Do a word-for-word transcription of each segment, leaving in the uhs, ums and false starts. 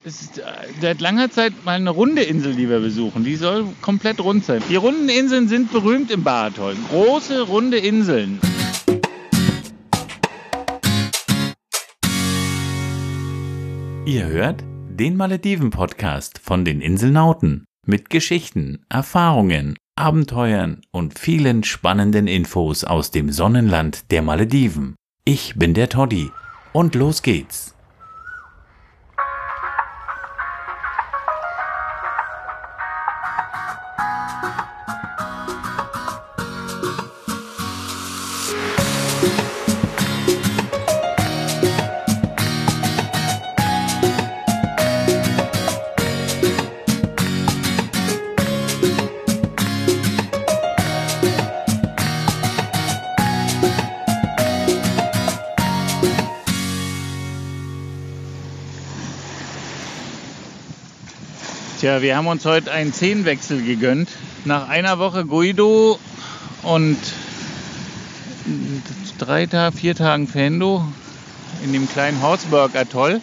Es ist seit langer Zeit mal eine runde Insel, die wir besuchen. Die soll komplett rund sein. Die runden Inseln sind berühmt im Bartholm. Große, runde Inseln. Ihr hört den Malediven-Podcast von den Inselnauten mit Geschichten, Erfahrungen, Abenteuern und vielen spannenden Infos aus dem Sonnenland der Malediven. Ich bin der Toddy und los geht's. Tja, wir haben uns heute einen Szenenwechsel gegönnt. Nach einer Woche Guido und drei, Tag, vier Tagen Fendo in dem kleinen Horsburgh-Atoll.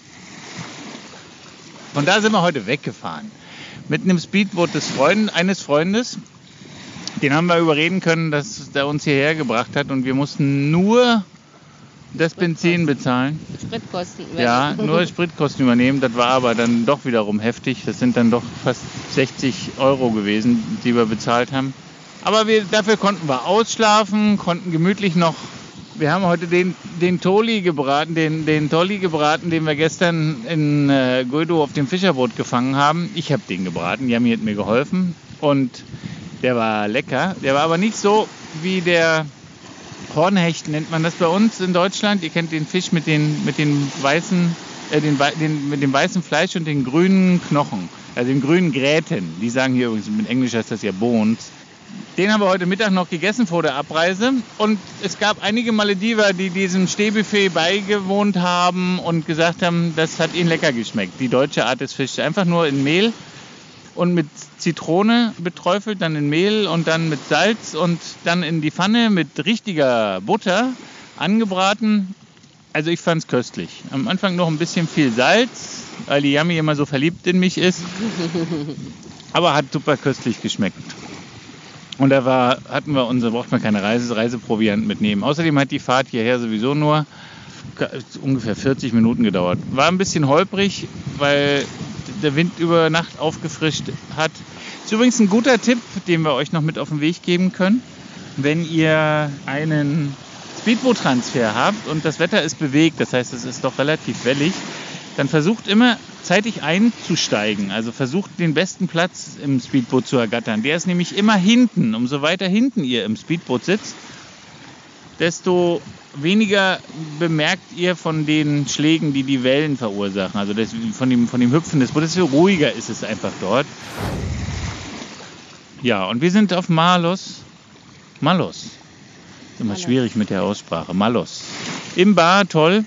Von da sind wir heute weggefahren. Mit einem Speedboot des Freund, eines Freundes. Den haben wir überreden können, dass der uns hierher gebracht hat. Und wir mussten nur das Benzin bezahlen. Spritkosten übernehmen. Ja, nur Spritkosten übernehmen. Das war aber dann doch wiederum heftig. Das sind dann doch fast sechzig Euro gewesen, die wir bezahlt haben. Aber wir, dafür konnten wir ausschlafen, konnten gemütlich noch. Wir haben heute den, den Toli gebraten, den, den Tolli gebraten, den wir gestern in äh, Guido auf dem Fischerboot gefangen haben. Ich habe den gebraten, Yami hat mir geholfen. Und der war lecker. Der war aber nicht so wie der Hornhecht, nennt man das bei uns in Deutschland. Ihr kennt den Fisch mit den, mit den weißen, äh, den, den, mit dem weißen Fleisch und den grünen Knochen, also den grünen Gräten. Die sagen hier übrigens, mit Englisch heißt das ja Bones. Den haben wir heute Mittag noch gegessen vor der Abreise. Und es gab einige Malediver, die diesem Stehbuffet beigewohnt haben und gesagt haben, das hat ihnen lecker geschmeckt. Die deutsche Art des Fischs. Einfach nur in Mehl und mit Zitrone beträufelt, dann in Mehl und dann mit Salz und dann in die Pfanne mit richtiger Butter angebraten. Also ich fand es köstlich. Am Anfang noch ein bisschen viel Salz, weil die Yami immer so verliebt in mich ist. Aber hat super köstlich geschmeckt. Und da war, hatten wir unsere, braucht man keine Reise, Reiseproviant mitnehmen. Außerdem hat die Fahrt hierher sowieso nur ungefähr vierzig Minuten gedauert. War ein bisschen holprig, weil der Wind über Nacht aufgefrischt hat. Ist übrigens ein guter Tipp, den wir euch noch mit auf den Weg geben können. Wenn ihr einen Speedboot-Transfer habt und das Wetter ist bewegt, das heißt, es ist doch relativ wellig, dann versucht immer zeitig einzusteigen. Also versucht den besten Platz im Speedboot zu ergattern. Der ist nämlich immer hinten. Umso weiter hinten ihr im Speedboot sitzt, desto weniger bemerkt ihr von den Schlägen, die die Wellen verursachen. Also das, von, dem, von dem Hüpfen des Bootes. Ruhiger ist es einfach dort. Ja, und wir sind auf Malos. Malos. Ist immer Malos. Schwierig mit der Aussprache. Malos. Im Bartholm.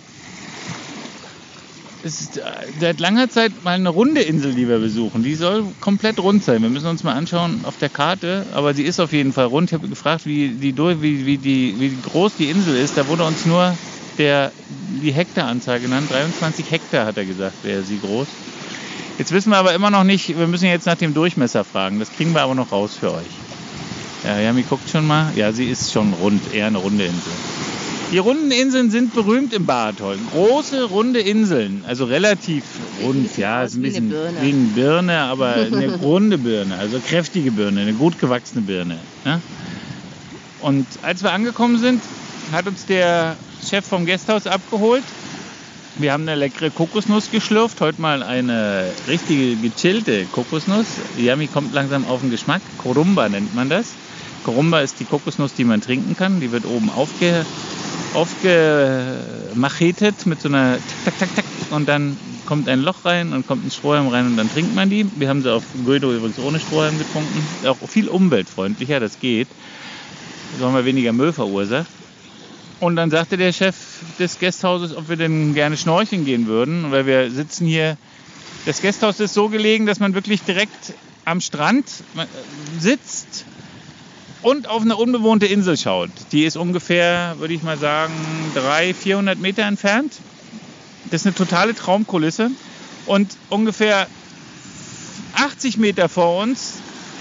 Es ist seit langer Zeit mal eine runde Insel, die wir besuchen. Die soll komplett rund sein. Wir müssen uns mal anschauen auf der Karte, aber sie ist auf jeden Fall rund. Ich habe gefragt, wie, die, wie, wie, die, wie groß die Insel ist. Da wurde uns nur der, die Hektaranzahl genannt. dreiundzwanzig Hektar, hat er gesagt, wäre sie groß. Jetzt wissen wir aber immer noch nicht, wir müssen jetzt nach dem Durchmesser fragen. Das kriegen wir aber noch raus für euch. Ja, Yami guckt schon mal. Ja, sie ist schon rund, eher eine runde Insel. Die runden Inseln sind berühmt im Bartholm. Große, runde Inseln, also relativ rund, ja, ist ein bisschen wie eine Birne, aber eine runde Birne, also kräftige Birne, eine gut gewachsene Birne. Ja? Und als wir angekommen sind, hat uns der Chef vom Gasthaus abgeholt. Wir haben eine leckere Kokosnuss geschlürft, heute mal eine richtige gechillte Kokosnuss. Yami kommt langsam auf den Geschmack, Korumba nennt man das. Korumba ist die Kokosnuss, die man trinken kann, die wird oben aufge... aufgemachetet mit so einer tak, tak, tak, tak und dann kommt ein Loch rein und kommt ein Strohhalm rein und dann trinkt man die. Wir haben sie auf Guido übrigens ohne Strohhalm getrunken. Auch viel umweltfreundlicher, das geht. So haben wir weniger Müll verursacht. Und dann sagte der Chef des Gasthauses, ob wir denn gerne schnorcheln gehen würden, weil wir sitzen hier. Das Gasthaus ist so gelegen, dass man wirklich direkt am Strand sitzt und auf eine unbewohnte Insel schaut. Die ist ungefähr, würde ich mal sagen, dreihundert, vierhundert Meter entfernt. Das ist eine totale Traumkulisse. Und ungefähr achtzig Meter vor uns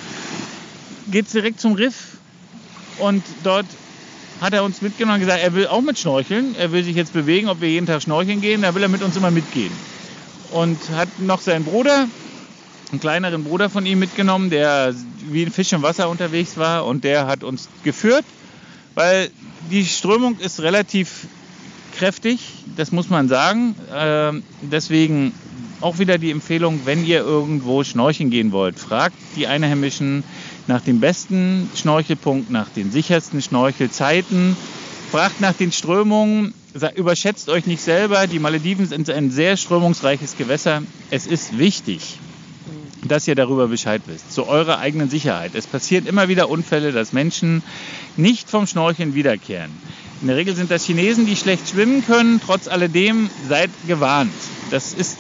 geht es direkt zum Riff. Und dort hat er uns mitgenommen und gesagt, er will auch mit schnorcheln. Er will sich jetzt bewegen, ob wir jeden Tag schnorcheln gehen. Da will er mit uns immer mitgehen. Und hat noch seinen Bruder, einen kleineren Bruder von ihm mitgenommen, der wie ein Fisch im Wasser unterwegs war. Und der hat uns geführt, weil die Strömung ist relativ kräftig, das muss man sagen. Ähm, deswegen auch wieder die Empfehlung, wenn ihr irgendwo schnorcheln gehen wollt, fragt die Einheimischen nach dem besten Schnorchelpunkt, nach den sichersten Schnorchelzeiten, fragt nach den Strömungen, überschätzt euch nicht selber. Die Malediven sind ein sehr strömungsreiches Gewässer. Es ist wichtig, dass ihr darüber Bescheid wisst, zu eurer eigenen Sicherheit. Es passiert immer wieder Unfälle, dass Menschen nicht vom Schnorcheln wiederkehren. In der Regel sind das Chinesen, die schlecht schwimmen können. Trotz alledem seid gewarnt. Das ist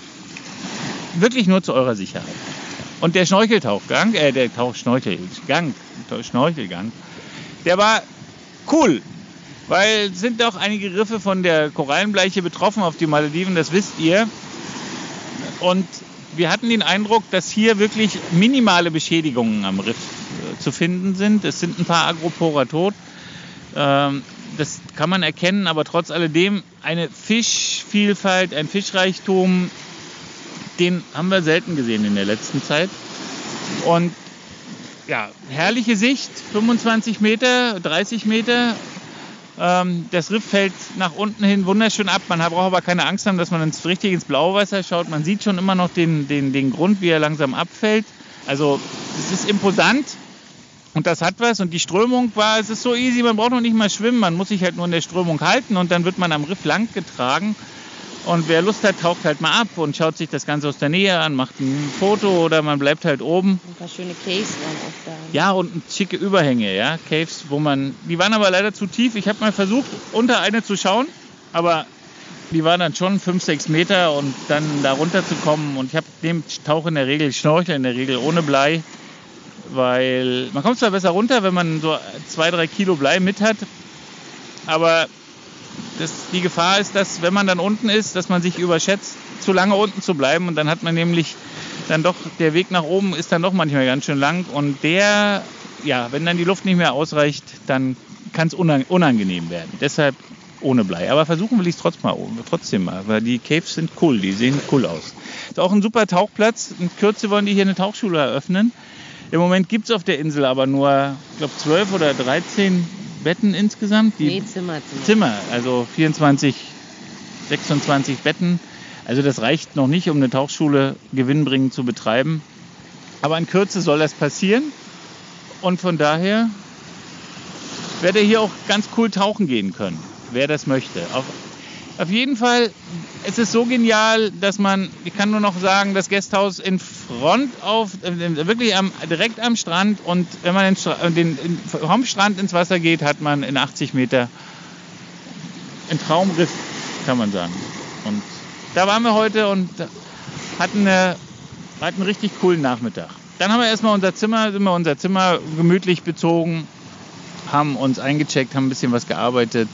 wirklich nur zu eurer Sicherheit. Und der Schnorcheltauchgang, äh, der Tauchschnorchelgang, Schnorchelgang, der war cool, weil es sind auch einige Riffe von der Korallenbleiche betroffen auf die Malediven, das wisst ihr. Und wir hatten den Eindruck, dass hier wirklich minimale Beschädigungen am Riff äh, zu finden sind. Es sind ein paar Agropora tot. Ähm, das kann man erkennen, aber trotz alledem eine Fischvielfalt, ein Fischreichtum, den haben wir selten gesehen in der letzten Zeit. Und ja, herrliche Sicht, fünfundzwanzig Meter, dreißig Meter. Ähm, das Riff fällt nach unten hin wunderschön ab. Man braucht aber keine Angst haben, dass man ins, richtig ins blaue Wasser schaut. Man sieht schon immer noch den, den, den Grund, wie er langsam abfällt. Also es ist imposant und das hat was. Und die Strömung war, es ist so easy, man braucht noch nicht mal schwimmen. Man muss sich halt nur in der Strömung halten und dann wird man am Riff lang getragen. Und wer Lust hat, taucht halt mal ab und schaut sich das Ganze aus der Nähe an, macht ein Foto oder man bleibt halt oben. Ein paar schöne Caves waren auch da. Ja, und schicke Überhänge, ja, Caves, wo man, die waren aber leider zu tief. Ich habe mal versucht, unter eine zu schauen, aber die waren dann schon fünf, sechs Meter und dann da runter zu kommen. Und ich habe dem Tauch in der Regel, ich schnorchel in der Regel ohne Blei, weil man kommt zwar besser runter, wenn man so zwei, drei Kilo Blei mit hat, aber Das, die Gefahr ist, dass wenn man dann unten ist, dass man sich überschätzt, zu lange unten zu bleiben und dann hat man nämlich dann doch, der Weg nach oben ist dann doch manchmal ganz schön lang und der, ja, wenn dann die Luft nicht mehr ausreicht, dann kann es unangenehm werden. Deshalb ohne Blei. Aber versuchen will ich es trotzdem mal, trotzdem mal, weil die Caves sind cool, die sehen cool aus. Ist auch ein super Tauchplatz. In Kürze wollen die hier eine Tauchschule eröffnen. Im Moment gibt es auf der Insel aber nur, ich glaube, zwölf oder dreizehn Betten insgesamt? Die nee, Zimmer, Zimmer. Zimmer, also vierundzwanzig, sechsundzwanzig Betten. Also das reicht noch nicht, um eine Tauchschule gewinnbringend zu betreiben. Aber in Kürze soll das passieren. Und von daher werdet ihr hier auch ganz cool tauchen gehen können, wer das möchte. Auf, auf jeden Fall, es ist so genial, dass man, ich kann nur noch sagen, das Gasthaus in Front auf, äh, wirklich am, direkt am Strand und wenn man den, den, in, vom Strand ins Wasser geht, hat man in achtzig Meter ein Traumriff, kann man sagen. Und da waren wir heute und hatten, eine, hatten einen richtig coolen Nachmittag. Dann haben wir erstmal unser Zimmer, sind wir unser Zimmer gemütlich bezogen, haben uns eingecheckt, haben ein bisschen was gearbeitet.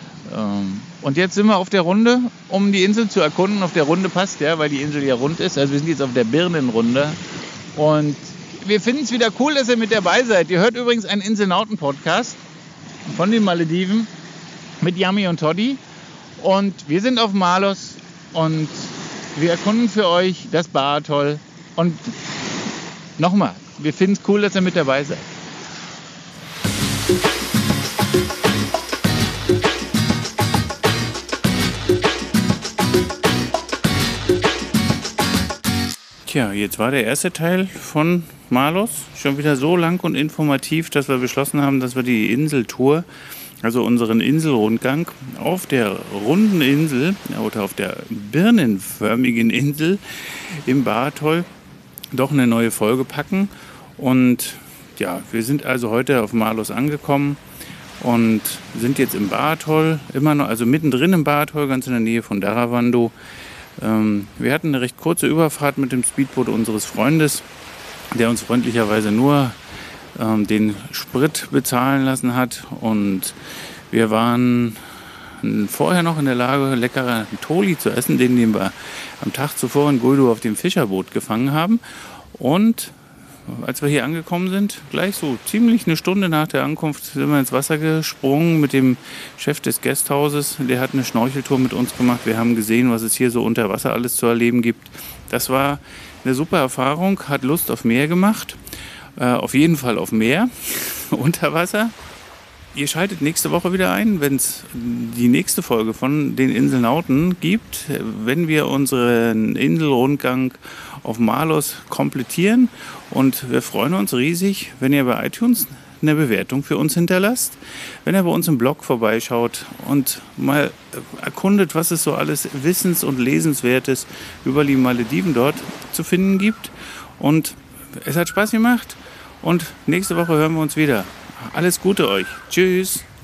Und jetzt sind wir auf der Runde, um die Insel zu erkunden. Auf der Runde passt ja, weil die Insel ja rund ist. Also wir sind jetzt auf der Birnenrunde. Und wir finden es wieder cool, dass ihr mit dabei seid. Ihr hört übrigens einen Inselnauten-Podcast von den Malediven mit Yami und Toddy. Und wir sind auf Malos und wir erkunden für euch das Ba-Atoll. Und nochmal, wir finden es cool, dass ihr mit dabei seid. Tja, jetzt war der erste Teil von Malos schon wieder so lang und informativ, dass wir beschlossen haben, dass wir die Inseltour, also unseren Inselrundgang auf der runden Insel oder auf der birnenförmigen Insel im Ba-Atoll doch eine neue Folge packen. Und ja, wir sind also heute auf Malos angekommen und sind jetzt im Ba-Atoll, immer noch, also mittendrin im Ba-Atoll, ganz in der Nähe von Dharawando. Wir hatten eine recht kurze Überfahrt mit dem Speedboot unseres Freundes, der uns freundlicherweise nur ähm, den Sprit bezahlen lassen hat. Und wir waren vorher noch in der Lage, leckerer Toli zu essen, den, den wir am Tag zuvor in Guido auf dem Fischerboot gefangen haben. Und als wir hier angekommen sind, gleich so ziemlich eine Stunde nach der Ankunft sind wir ins Wasser gesprungen mit dem Chef des Gasthauses. Der hat eine Schnorcheltour mit uns gemacht. Wir haben gesehen, was es hier so unter Wasser alles zu erleben gibt. Das war eine super Erfahrung, hat Lust auf Meer gemacht. Äh, auf jeden Fall auf Meer, unter Wasser. Ihr schaltet nächste Woche wieder ein, wenn es die nächste Folge von den Inselnauten gibt, wenn wir unseren Inselrundgang auf Malos komplettieren. Und wir freuen uns riesig, wenn ihr bei iTunes eine Bewertung für uns hinterlasst, wenn ihr bei uns im Blog vorbeischaut und mal erkundet, was es so alles Wissens- und Lesenswertes über die Malediven dort zu finden gibt. Und es hat Spaß gemacht und nächste Woche hören wir uns wieder. Alles Gute euch. Tschüss.